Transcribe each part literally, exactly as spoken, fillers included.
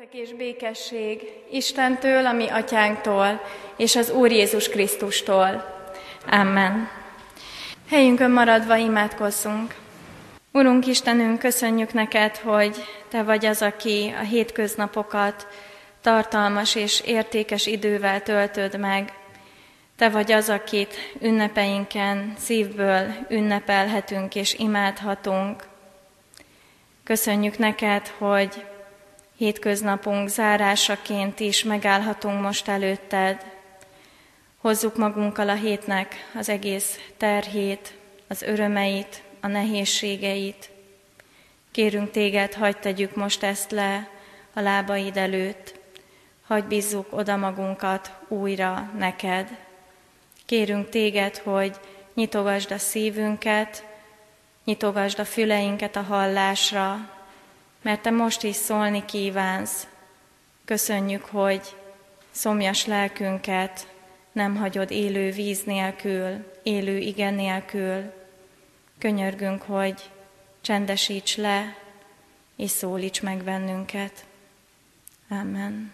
Nektek és békesség Istentől, a mi atyánktól, és az Úr Jézus Krisztustól. Amen. Helyünkön maradva imádkozzunk. Urunk Istenünk, köszönjük neked, hogy te vagy az, aki a hétköznapokat tartalmas és értékes idővel töltöd meg. Te vagy az, akit ünnepeinken szívből ünnepelhetünk és imádhatunk. Köszönjük neked, hogy hétköznapunk zárásaként is megállhatunk most előtted. Hozzuk magunkkal a hétnek az egész terhét, az örömeit, a nehézségeit. Kérünk téged, hadd tegyük most ezt le a lábaid előtt. Hadd bízzuk oda magunkat újra neked. Kérünk téged, hogy nyitogasd a szívünket, nyitogasd a füleinket a hallásra, mert te most is szólni kívánsz. Köszönjük, hogy szomjas lelkünket nem hagyod élő víz nélkül, élő ige nélkül. Könyörgünk, hogy csendesíts le, és szólíts meg bennünket. Amen.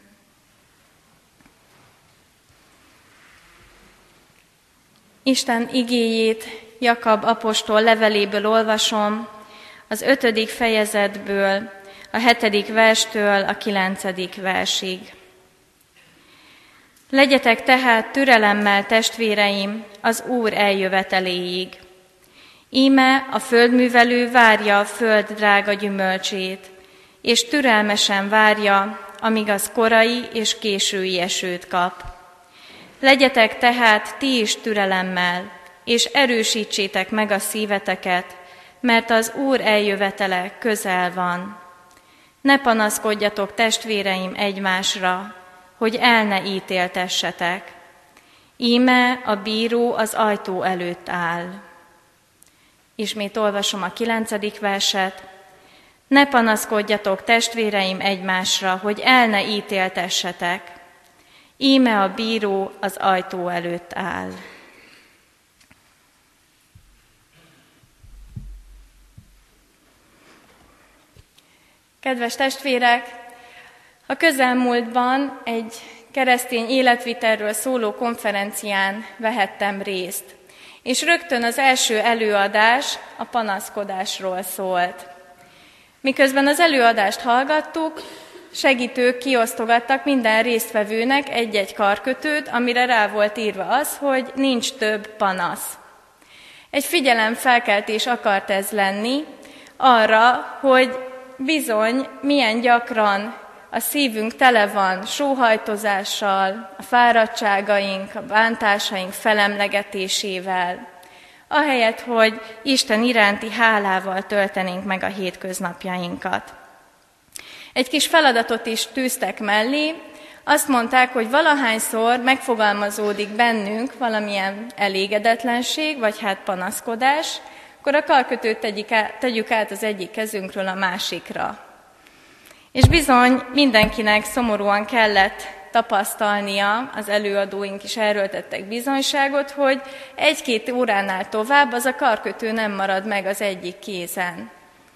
Isten igéjét Jakab apostol leveléből olvasom, az ötödik fejezetből, a hetedik verstől a kilencedik versig. Legyetek tehát türelemmel, testvéreim, az Úr eljöveteléig. Íme a földművelő várja a föld drága gyümölcsét, és türelmesen várja, amíg az korai és késői esőt kap. Legyetek tehát ti is türelemmel, és erősítsétek meg a szíveteket, mert az Úr eljövetele közel van. Ne panaszkodjatok, testvéreim, egymásra, hogy el ne ítéltessetek. Íme a bíró az ajtó előtt áll. Ismét olvasom a kilencedik verset. Ne panaszkodjatok, testvéreim, egymásra, hogy el ne ítéltessetek. Íme a bíró az ajtó előtt áll. Kedves testvérek, a közelmúltban egy keresztény életvitelről szóló konferencián vehettem részt, és rögtön az első előadás a panaszkodásról szólt. Miközben az előadást hallgattuk, segítők kiosztogattak minden résztvevőnek egy-egy karkötőt, amire rá volt írva az, hogy nincs több panasz. Egy figyelemfelkeltés akart ez lenni arra, hogy bizony, milyen gyakran a szívünk tele van sóhajtozással, a fáradtságaink, a bántásaink felemlegetésével, ahelyett, hogy Isten iránti hálával töltenénk meg a hétköznapjainkat. Egy kis feladatot is tűztek mellé, azt mondták, hogy valahányszor megfogalmazódik bennünk valamilyen elégedetlenség, vagy hát panaszkodás, akkor a karkötőt tegyük át az egyik kezünkről a másikra. És bizony mindenkinek szomorúan kellett tapasztalnia, az előadóink is erről tettek bizonyságot, hogy egy-két óránál tovább az a karkötő nem marad meg az egyik kézen.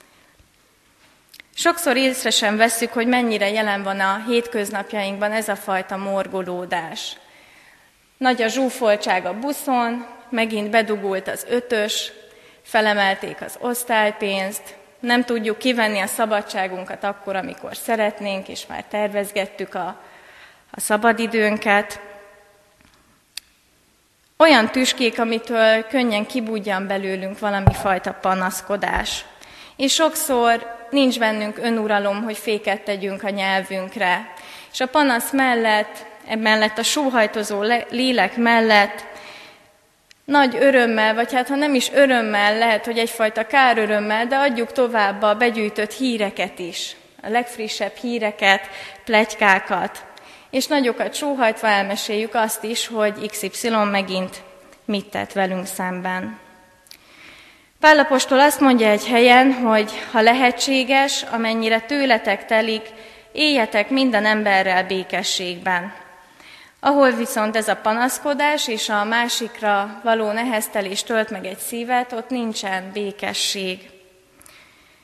Sokszor észre sem vesszük, hogy mennyire jelen van a hétköznapjainkban ez a fajta morgolódás. Nagy a zsúfoltság a buszon, megint bedugult az ötös, felemelték az osztálypénzt, nem tudjuk kivenni a szabadságunkat akkor, amikor szeretnénk, és már tervezgettük a, a szabadidőnket. Olyan tüskék, amitől könnyen kibudjan belőlünk valami fajta panaszkodás. És sokszor nincs bennünk önuralom, hogy féket tegyünk a nyelvünkre. És a panasz mellett, emellett a sóhajtozó lélek mellett nagy örömmel, vagy hát ha nem is örömmel, lehet, hogy egyfajta kárörömmel, de adjuk tovább a begyűjtött híreket is, a legfrissebb híreket, pletykákat, és nagyokat sóhajtva elmeséljük azt is, hogy iksz ipszilon megint mit tett velünk szemben. Pál apostol azt mondja egy helyen, hogy ha lehetséges, amennyire tőletek telik, éljetek minden emberrel békességben. Ahol viszont ez a panaszkodás és a másikra való neheztelés tölt meg egy szívet, ott nincsen békesség.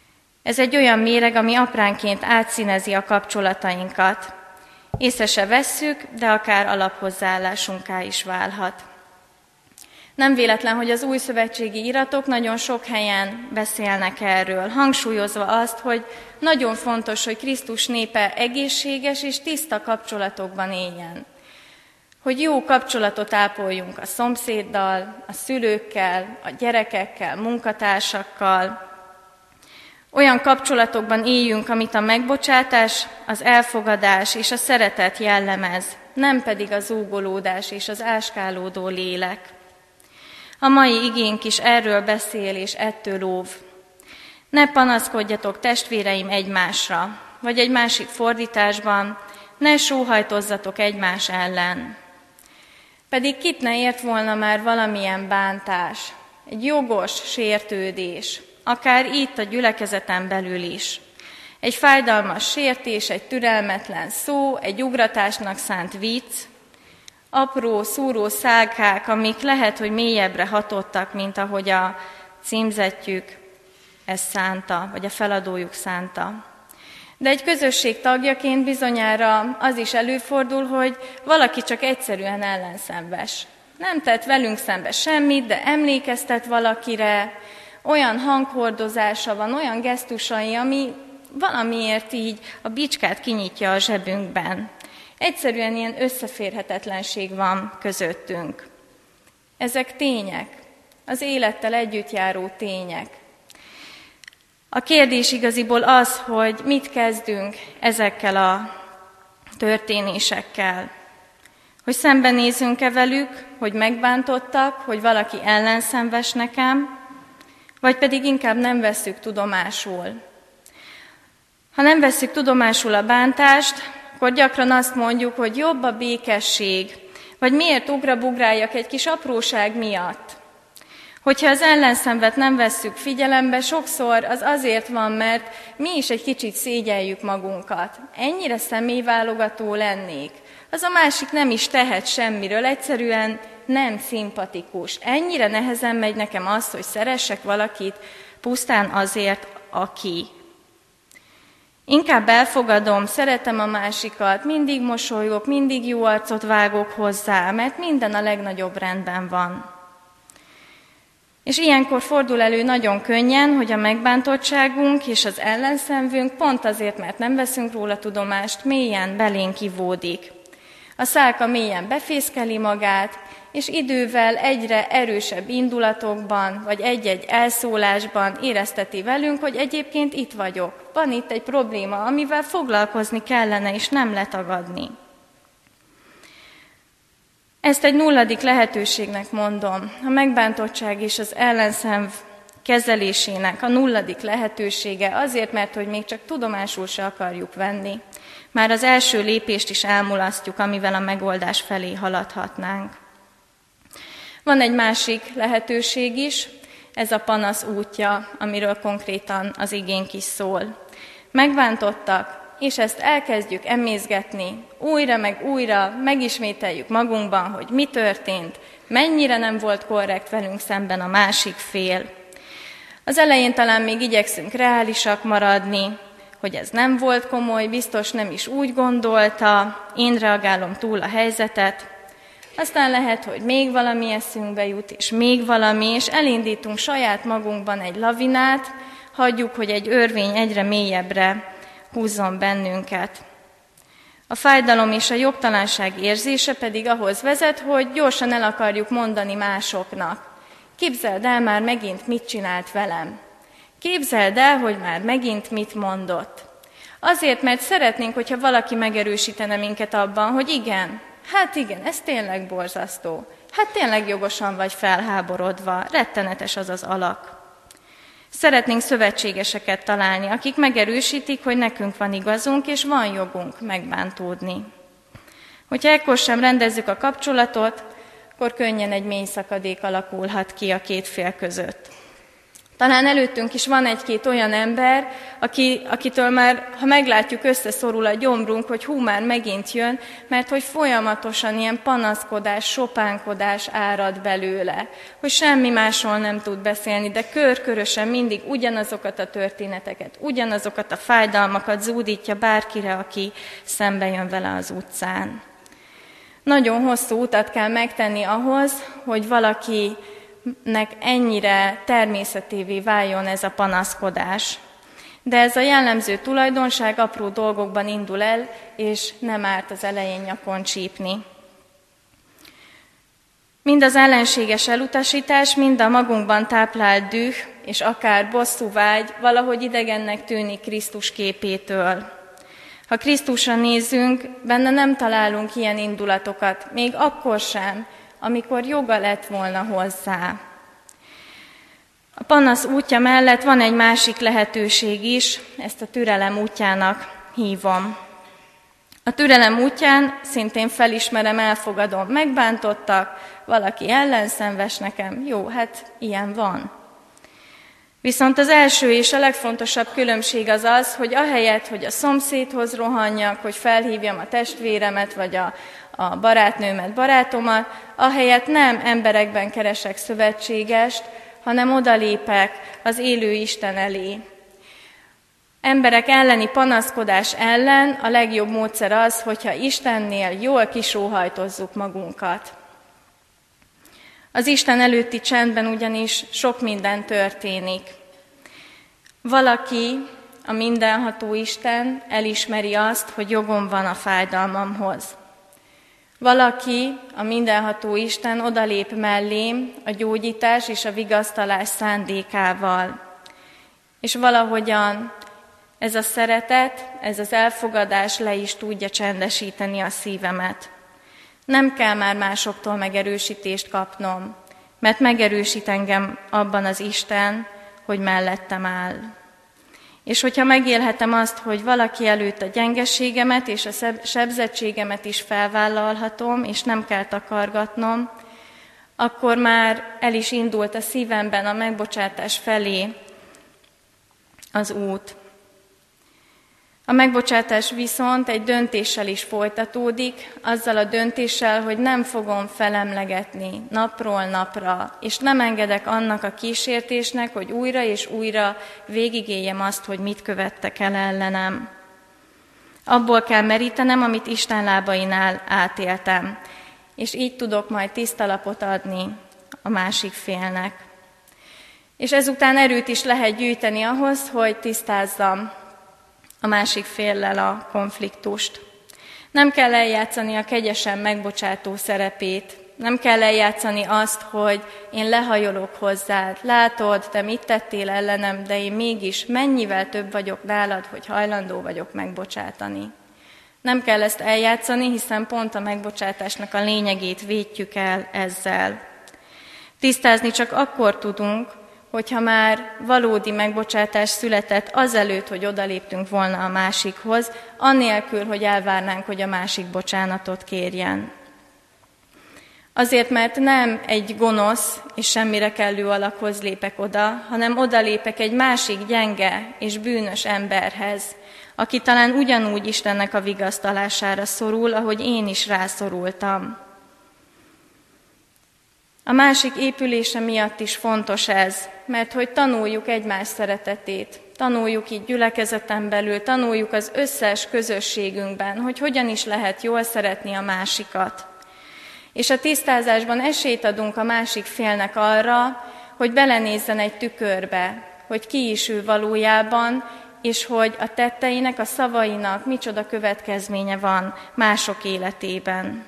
Ez egy olyan méreg, ami apránként átszínezi a kapcsolatainkat. Észre se vesszük, de akár alaphozzáállásunká is válhat. Nem véletlen, hogy az új szövetségi iratok nagyon sok helyen beszélnek erről, hangsúlyozva azt, hogy nagyon fontos, hogy Krisztus népe egészséges és tiszta kapcsolatokban éljen. Hogy jó kapcsolatot ápoljunk a szomszéddal, a szülőkkel, a gyerekekkel, munkatársakkal. Olyan kapcsolatokban éljünk, amit a megbocsátás, az elfogadás és a szeretet jellemez, nem pedig az zúgolódás és az áskálódó lélek. A mai igénk is erről beszél és ettől óv. Ne panaszkodjatok, testvéreim, egymásra, vagy egy másik fordításban, ne sóhajtozzatok egymás ellen. Pedig kit ne ért volna már valamilyen bántás, egy jogos sértődés, akár itt a gyülekezeten belül is. Egy fájdalmas sértés, egy türelmetlen szó, egy ugratásnak szánt vicc, apró, szúró szálkák, amik lehet, hogy mélyebbre hatottak, mint ahogy a címzettjük ezt szánta, vagy a feladójuk szánta. De egy közösség tagjaként bizonyára az is előfordul, hogy valaki csak egyszerűen ellenszenves. Nem tett velünk szembe semmit, de emlékeztet valakire, olyan hanghordozása van, olyan gesztusai, ami valamiért így a bicskát kinyitja a zsebünkben. Egyszerűen ilyen összeférhetetlenség van közöttünk. Ezek tények, az élettel együtt járó tények. A kérdés igaziból az, hogy mit kezdünk ezekkel a történésekkel. Hogy szembenézünk-e velük, hogy megbántottak, hogy valaki ellenszenves nekem, vagy pedig inkább nem vesszük tudomásul. Ha nem vesszük tudomásul a bántást, akkor gyakran azt mondjuk, hogy jobb a békesség, vagy miért ugrabugráljak egy kis apróság miatt. Hogyha az ellenszenvet nem vesszük figyelembe, sokszor az azért van, mert mi is egy kicsit szégyeljük magunkat. Ennyire személyválogató lennék. Az a másik nem is tehet semmiről, egyszerűen nem szimpatikus. Ennyire nehezen megy nekem az, hogy szeressek valakit pusztán azért, aki. Inkább elfogadom, szeretem a másikat, mindig mosolygok, mindig jó arcot vágok hozzá, mert minden a legnagyobb rendben van. És ilyenkor fordul elő nagyon könnyen, hogy a megbántottságunk és az ellenszenvünk pont azért, mert nem veszünk róla tudomást, mélyen belénk ivódik. A szálka mélyen befészkeli magát, és idővel egyre erősebb indulatokban, vagy egy-egy elszólásban érezteti velünk, hogy egyébként itt vagyok. Van itt egy probléma, amivel foglalkozni kellene, és nem letagadni. Ezt egy nulladik lehetőségnek mondom. A megbántottság és az ellenszenv kezelésének a nulladik lehetősége azért, mert hogy még csak tudomásul se akarjuk venni. Már az első lépést is elmulasztjuk, amivel a megoldás felé haladhatnánk. Van egy másik lehetőség is, ez a panasz útja, amiről konkrétan az igénk is szól. Megbántottak, és ezt elkezdjük emészgetni, újra meg újra megismételjük magunkban, hogy mi történt, mennyire nem volt korrekt velünk szemben a másik fél. Az elején talán még igyekszünk reálisak maradni, hogy ez nem volt komoly, biztos nem is úgy gondolta, én reagálom túl a helyzetet. Aztán lehet, hogy még valami eszünkbe jut, és még valami, és elindítunk saját magunkban egy lavinát, hagyjuk, hogy egy örvény egyre mélyebbre húzzon bennünket. A fájdalom és a jogtalanság érzése pedig ahhoz vezet, hogy gyorsan el akarjuk mondani másoknak. Képzeld el, már megint mit csinált velem. Képzeld el, hogy már megint mit mondott. Azért, mert szeretnénk, hogyha valaki megerősítene minket abban, hogy igen, hát igen, ez tényleg borzasztó. Hát tényleg jogosan vagy felháborodva, rettenetes az az alak. Szeretnénk szövetségeseket találni, akik megerősítik, hogy nekünk van igazunk, és van jogunk megbántódni. Hogyha ekkor sem rendezzük a kapcsolatot, akkor könnyen egy mély szakadék alakulhat ki a két fél között. Talán előttünk is van egy-két olyan ember, aki, akitől már, ha meglátjuk, összeszorul a gyomrunk, hogy hú, már megint jön, mert hogy folyamatosan ilyen panaszkodás, sopánkodás árad belőle, hogy semmi másról nem tud beszélni, de körkörösen mindig ugyanazokat a történeteket, ugyanazokat a fájdalmakat zúdítja bárkire, aki szembe jön vele az utcán. Nagyon hosszú utat kell megtenni ahhoz, hogy valaki nek ennyire természetévé váljon ez a panaszkodás. De ez a jellemző tulajdonság apró dolgokban indul el, és nem árt az elején nyakon csípni. Mind az ellenséges elutasítás, mind a magunkban táplált düh, és akár bosszúvágy valahogy idegennek tűnik Krisztus képétől. Ha Krisztusra nézzünk, benne nem találunk ilyen indulatokat, még akkor sem, amikor joga lett volna hozzá. A panasz útja mellett van egy másik lehetőség is, ezt a türelem útjának hívom. A türelem útján szintén felismerem, elfogadom, megbántottak, valaki ellenszenves nekem, jó, hát ilyen van. Viszont az első és a legfontosabb különbség az az, hogy ahelyett, hogy a szomszédhoz rohanjak, hogy felhívjam a testvéremet, vagy a, a barátnőmet, barátomat, ahelyett nem emberekben keresek szövetségest, hanem odalépek az élő Isten elé. Emberek elleni panaszkodás ellen a legjobb módszer az, hogyha Istennél jól kisóhajtozzuk magunkat. Az Isten előtti csendben ugyanis sok minden történik. Valaki, a mindenható Isten elismeri azt, hogy jogom van a fájdalmamhoz. Valaki, a mindenható Isten odalép mellém a gyógyítás és a vigasztalás szándékával. És valahogyan ez a szeretet, ez az elfogadás le is tudja csendesíteni a szívemet. Nem kell már másoktól megerősítést kapnom, mert megerősít engem abban az Isten, hogy mellettem áll. És hogyha megélhetem azt, hogy valaki előtt a gyengeségemet és a sebzettségemet is felvállalhatom, és nem kell takargatnom, akkor már el is indult a szívemben a megbocsátás felé az út. A megbocsátás viszont egy döntéssel is folytatódik, azzal a döntéssel, hogy nem fogom felemlegetni napról napra, és nem engedek annak a kísértésnek, hogy újra és újra végigéljem azt, hogy mit követtek el ellenem. Abból kell merítenem, amit Isten lábainál átéltem, és így tudok majd tiszta lapot adni a másik félnek. És ezután erőt is lehet gyűjteni ahhoz, hogy tisztázzam a másik féllel a konfliktust. Nem kell eljátszani a kegyesen megbocsátó szerepét, nem kell eljátszani azt, hogy én lehajolok hozzád, látod, te mit tettél ellenem, de én mégis mennyivel több vagyok nálad, hogy hajlandó vagyok megbocsátani. Nem kell ezt eljátszani, hiszen pont a megbocsátásnak a lényegét védjük el ezzel. Tisztázni csak akkor tudunk, hogyha már valódi megbocsátás született azelőtt, hogy odaléptünk volna a másikhoz, annélkül, hogy elvárnánk, hogy a másik bocsánatot kérjen. Azért, mert nem egy gonosz és semmire kellő alakhoz lépek oda, hanem odalépek egy másik gyenge és bűnös emberhez, aki talán ugyanúgy Istennek a vigasztalására szorul, ahogy én is rászorultam. A másik épülése miatt is fontos ez, mert hogy tanuljuk egymás szeretetét, tanuljuk így gyülekezeten belül, tanuljuk az összes közösségünkben, hogy hogyan is lehet jól szeretni a másikat. És a tisztázásban esélyt adunk a másik félnek arra, hogy belenézzen egy tükörbe, hogy ki is ő valójában, és hogy a tetteinek, a szavainak micsoda következménye van mások életében.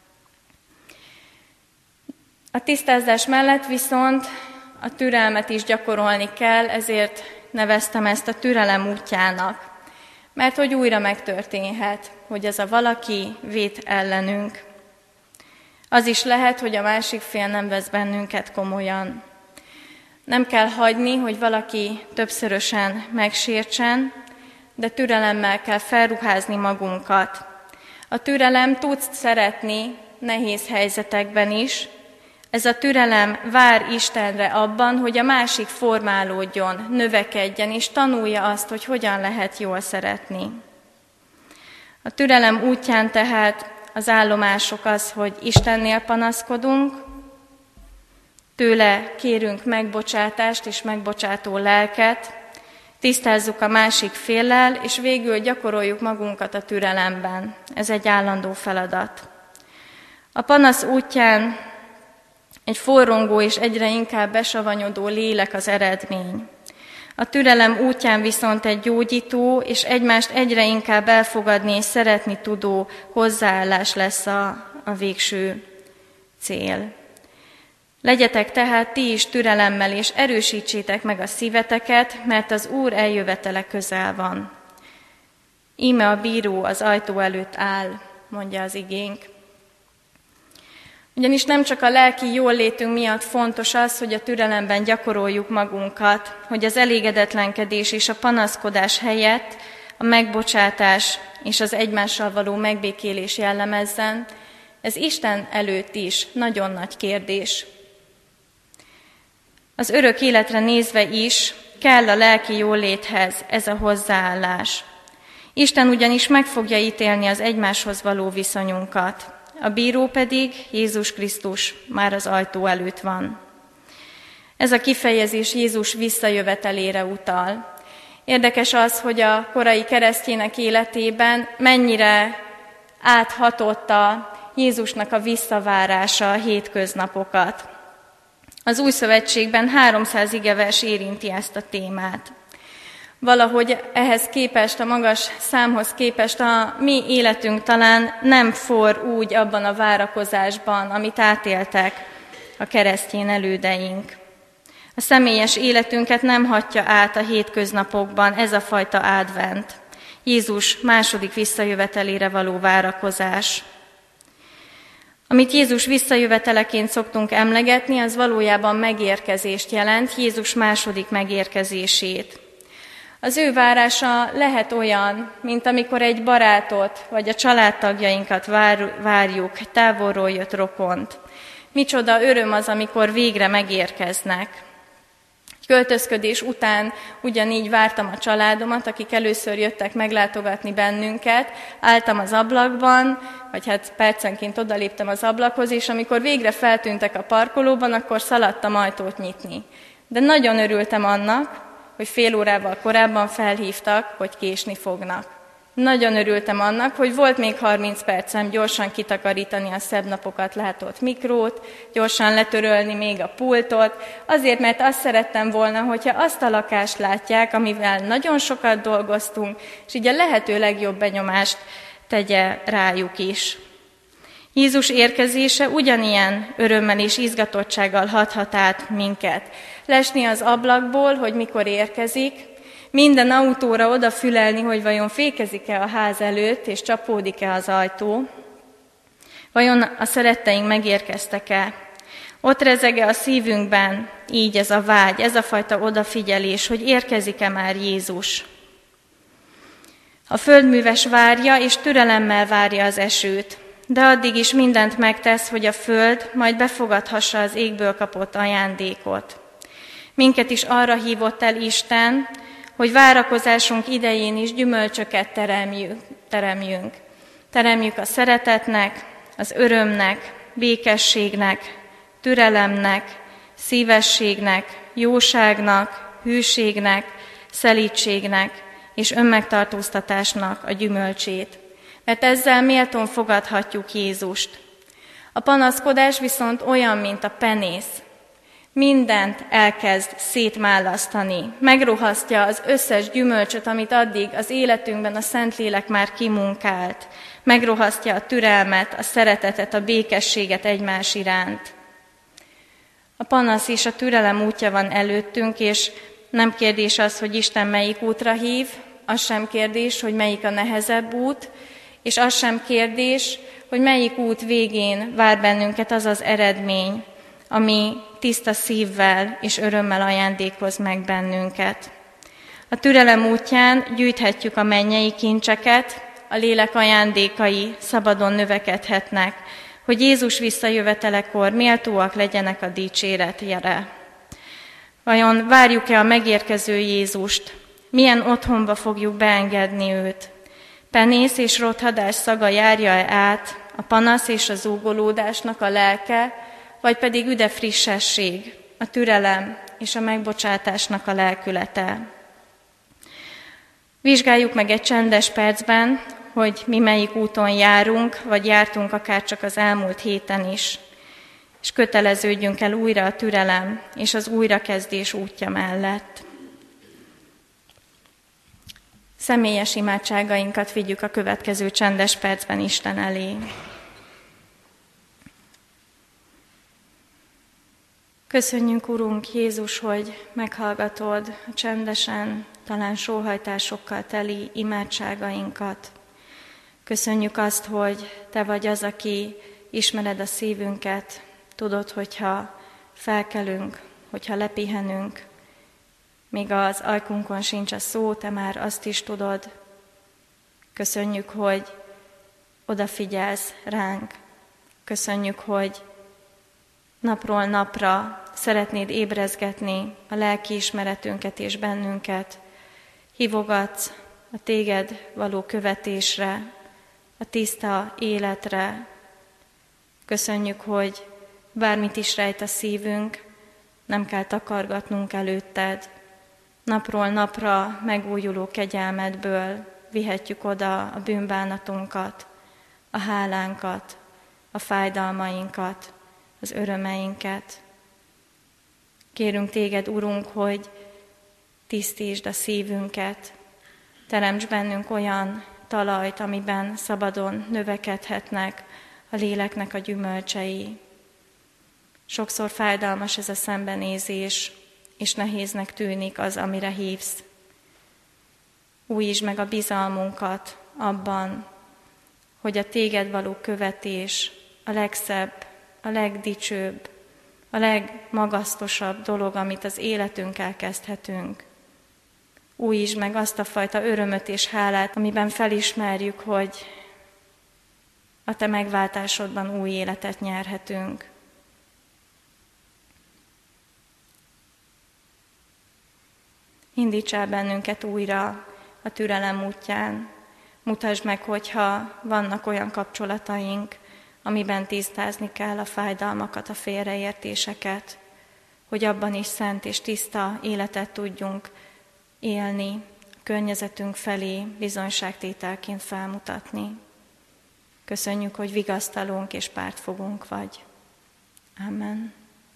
A tisztázás mellett viszont a türelmet is gyakorolni kell, ezért neveztem ezt a türelem útjának. Mert hogy újra megtörténhet, hogy ez a valaki véd ellenünk. Az is lehet, hogy a másik fél nem vesz bennünket komolyan. Nem kell hagyni, hogy valaki többszörösen megsértsen, de türelemmel kell felruházni magunkat. A türelem tud szeretni nehéz helyzetekben is, Ez a türelem vár Istenre abban, hogy a másik formálódjon, növekedjen, és tanulja azt, hogy hogyan lehet jól szeretni. A türelem útján tehát az állomások az, hogy Istennél panaszkodunk, tőle kérünk megbocsátást és megbocsátó lelket, tisztázzuk a másik féllel, és végül gyakoroljuk magunkat a türelemben. Ez egy állandó feladat. A panasz útján egy forrongó és egyre inkább besavanyodó lélek az eredmény. A türelem útján viszont egy gyógyító és egymást egyre inkább elfogadni és szeretni tudó hozzáállás lesz a, a végső cél. Legyetek tehát ti is türelemmel, és erősítsétek meg a szíveteket, mert az Úr eljövetele közel van. Íme a bíró az ajtó előtt áll, mondja az igénk. Ugyanis nem csak a lelki jóllétünk miatt fontos az, hogy a türelemben gyakoroljuk magunkat, hogy az elégedetlenkedés és a panaszkodás helyett a megbocsátás és az egymással való megbékélés jellemezzen. Ez Isten előtt is nagyon nagy kérdés. Az örök életre nézve is kell a lelki jóléthez ez a hozzáállás. Isten ugyanis meg fogja ítélni az egymáshoz való viszonyunkat. A bíró pedig, Jézus Krisztus, már az ajtó előtt van. Ez a kifejezés Jézus visszajövetelére utal. Érdekes az, hogy a korai keresztjének életében mennyire áthatotta Jézusnak a visszavárása a hétköznapokat. Az Új Szövetségben háromszáz igevers érinti ezt a témát. Valahogy ehhez képest, a magas számhoz képest a mi életünk talán nem forr úgy abban a várakozásban, amit átéltek a keresztény elődeink. A személyes életünket nem hatja át a hétköznapokban ez a fajta advent, Jézus második visszajövetelére való várakozás. Amit Jézus visszajöveteleként szoktunk emlegetni, az valójában megérkezést jelent, Jézus második megérkezését. Az ő várása lehet olyan, mint amikor egy barátot vagy a családtagjainkat vár, várjuk, távolról jött rokont. Micsoda öröm az, amikor végre megérkeznek. Költözködés után ugyanígy vártam a családomat, akik először jöttek meglátogatni bennünket, álltam az ablakban, vagy hát percenként odaléptem az ablakhoz, és amikor végre feltűntek a parkolóban, akkor szaladtam ajtót nyitni. De nagyon örültem annak, hogy fél órával korábban felhívtak, hogy késni fognak. Nagyon örültem annak, hogy volt még harminc percem gyorsan kitakarítani a szebb napokat látott mikrót, gyorsan letörölni még a pultot, azért, mert azt szerettem volna, hogyha azt a lakást látják, amivel nagyon sokat dolgoztunk, és így a lehető legjobb benyomást tegye rájuk is. Jézus érkezése ugyanilyen örömmel és izgatottsággal hathat át minket. Lesni az ablakból, hogy mikor érkezik, minden autóra odafülelni, hogy vajon fékezik-e a ház előtt, és csapódik-e az ajtó. Vajon a szeretteink megérkeztek-e? Ott rezeg-e a szívünkben így ez a vágy, ez a fajta odafigyelés, hogy érkezik-e már Jézus? A földműves várja, és türelemmel várja az esőt, de addig is mindent megtesz, hogy a föld majd befogadhassa az égből kapott ajándékot. Minket is arra hívott el Isten, hogy várakozásunk idején is gyümölcsöket teremjünk. Teremjünk, teremjük a szeretetnek, az örömnek, békességnek, türelemnek, szívességnek, jóságnak, hűségnek, szelídségnek és önmegtartóztatásnak a gyümölcsét. Mert ezzel méltón fogadhatjuk Jézust. A panaszkodás viszont olyan, mint a penész. Mindent elkezd szétmállasztani, megrohasztja az összes gyümölcsöt, amit addig az életünkben a Szentlélek már kimunkált. Megrohasztja a türelmet, a szeretetet, a békességet egymás iránt. A panasz és a türelem útja van előttünk, és nem kérdés az, hogy Isten melyik útra hív, az sem kérdés, hogy melyik a nehezebb út, és az sem kérdés, hogy melyik út végén vár bennünket az az eredmény, ami tiszta szívvel és örömmel ajándékoz meg bennünket. A türelem útján gyűjthetjük a mennyei kincseket, a lélek ajándékai szabadon növekedhetnek, hogy Jézus visszajövetelekor méltóak legyenek a dicséretére. Vajon várjuk-e a megérkező Jézust? Milyen otthonba fogjuk beengedni őt? Penész és rothadás szaga járja-e át a panasz és a zúgolódásnak a lelke, vagy pedig üde frissesség, a türelem és a megbocsátásnak a lelkülete? Vizsgáljuk meg egy csendes percben, hogy mi melyik úton járunk, vagy jártunk akár csak az elmúlt héten is, és köteleződjünk el újra a türelem és az újrakezdés útja mellett. Személyes imádságainkat vigyük a következő csendes percben Isten elé. Köszönjük, Urunk Jézus, hogy meghallgatod a csendesen, talán sóhajtásokkal teli imádságainkat. Köszönjük azt, hogy Te vagy az, aki ismered a szívünket, tudod, hogyha felkelünk, hogyha lepihenünk, míg az ajkunkon sincs a szó, Te már azt is tudod. Köszönjük, hogy odafigyelsz ránk. Köszönjük, hogy napról napra szeretnéd ébrezgetni a lelkiismeretünket és bennünket. Hívogatsz a Téged való követésre, a tiszta életre. Köszönjük, hogy bármit is rejt a szívünk, nem kell takargatnunk előtted. Napról napra megújuló kegyelmedből vihetjük oda a bűnbánatunkat, a hálánkat, a fájdalmainkat, az örömeinket. Kérünk Téged, Urunk, hogy tisztítsd a szívünket, teremts bennünk olyan talajt, amiben szabadon növekedhetnek a léleknek a gyümölcsei. Sokszor fájdalmas ez a szembenézés, és nehéznek tűnik az, amire hívsz. Újítsd meg a bizalmunkat abban, hogy a Téged való követés a legszebb, a legdicsőbb, a legmagasztosabb dolog, amit az életünkkel kezdhetünk. Újítsd meg azt a fajta örömöt és hálát, amiben felismerjük, hogy a Te megváltásodban új életet nyerhetünk. Indíts el bennünket újra a türelem útján. Mutasd meg, hogyha vannak olyan kapcsolataink, amiben tisztázni kell a fájdalmakat, a félreértéseket, hogy abban is szent és tiszta életet tudjunk élni, a környezetünk felé bizonyságtételként felmutatni. Köszönjük, hogy vigasztalónk és pártfogónk vagy. Amen.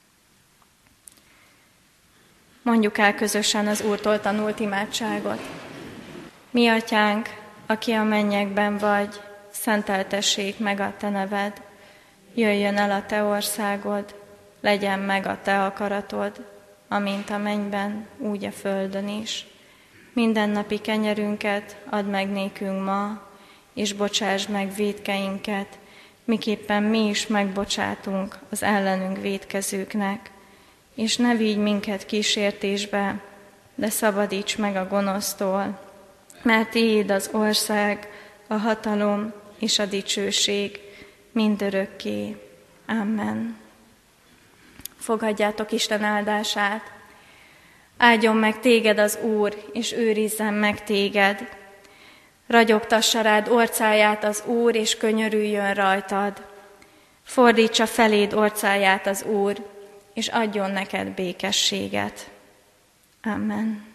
Mondjuk el közösen az Úrtól tanult imádságot. Mi Atyánk, aki a mennyekben vagy, szenteltessék meg a Te neved, jöjjön el a Te országod, legyen meg a Te akaratod, amint a mennyben, úgy a földön is. Mindennapi kenyerünket add meg nékünk ma, és bocsásd meg vétkeinket, miképpen mi is megbocsátunk az ellenünk vétkezőknek. És ne vigy minket kísértésbe, de szabadíts meg a gonosztól, mert Tiéd az ország, a hatalom és a dicsőség mindörökké. Amen. Fogadjátok Isten áldását. Áldjon meg téged az Úr, és őrizzen meg téged. Ragyogtassa rád orcáját az Úr, és könyörüljön rajtad. Fordítsa feléd orcáját az Úr, és adjon neked békességet. Amen.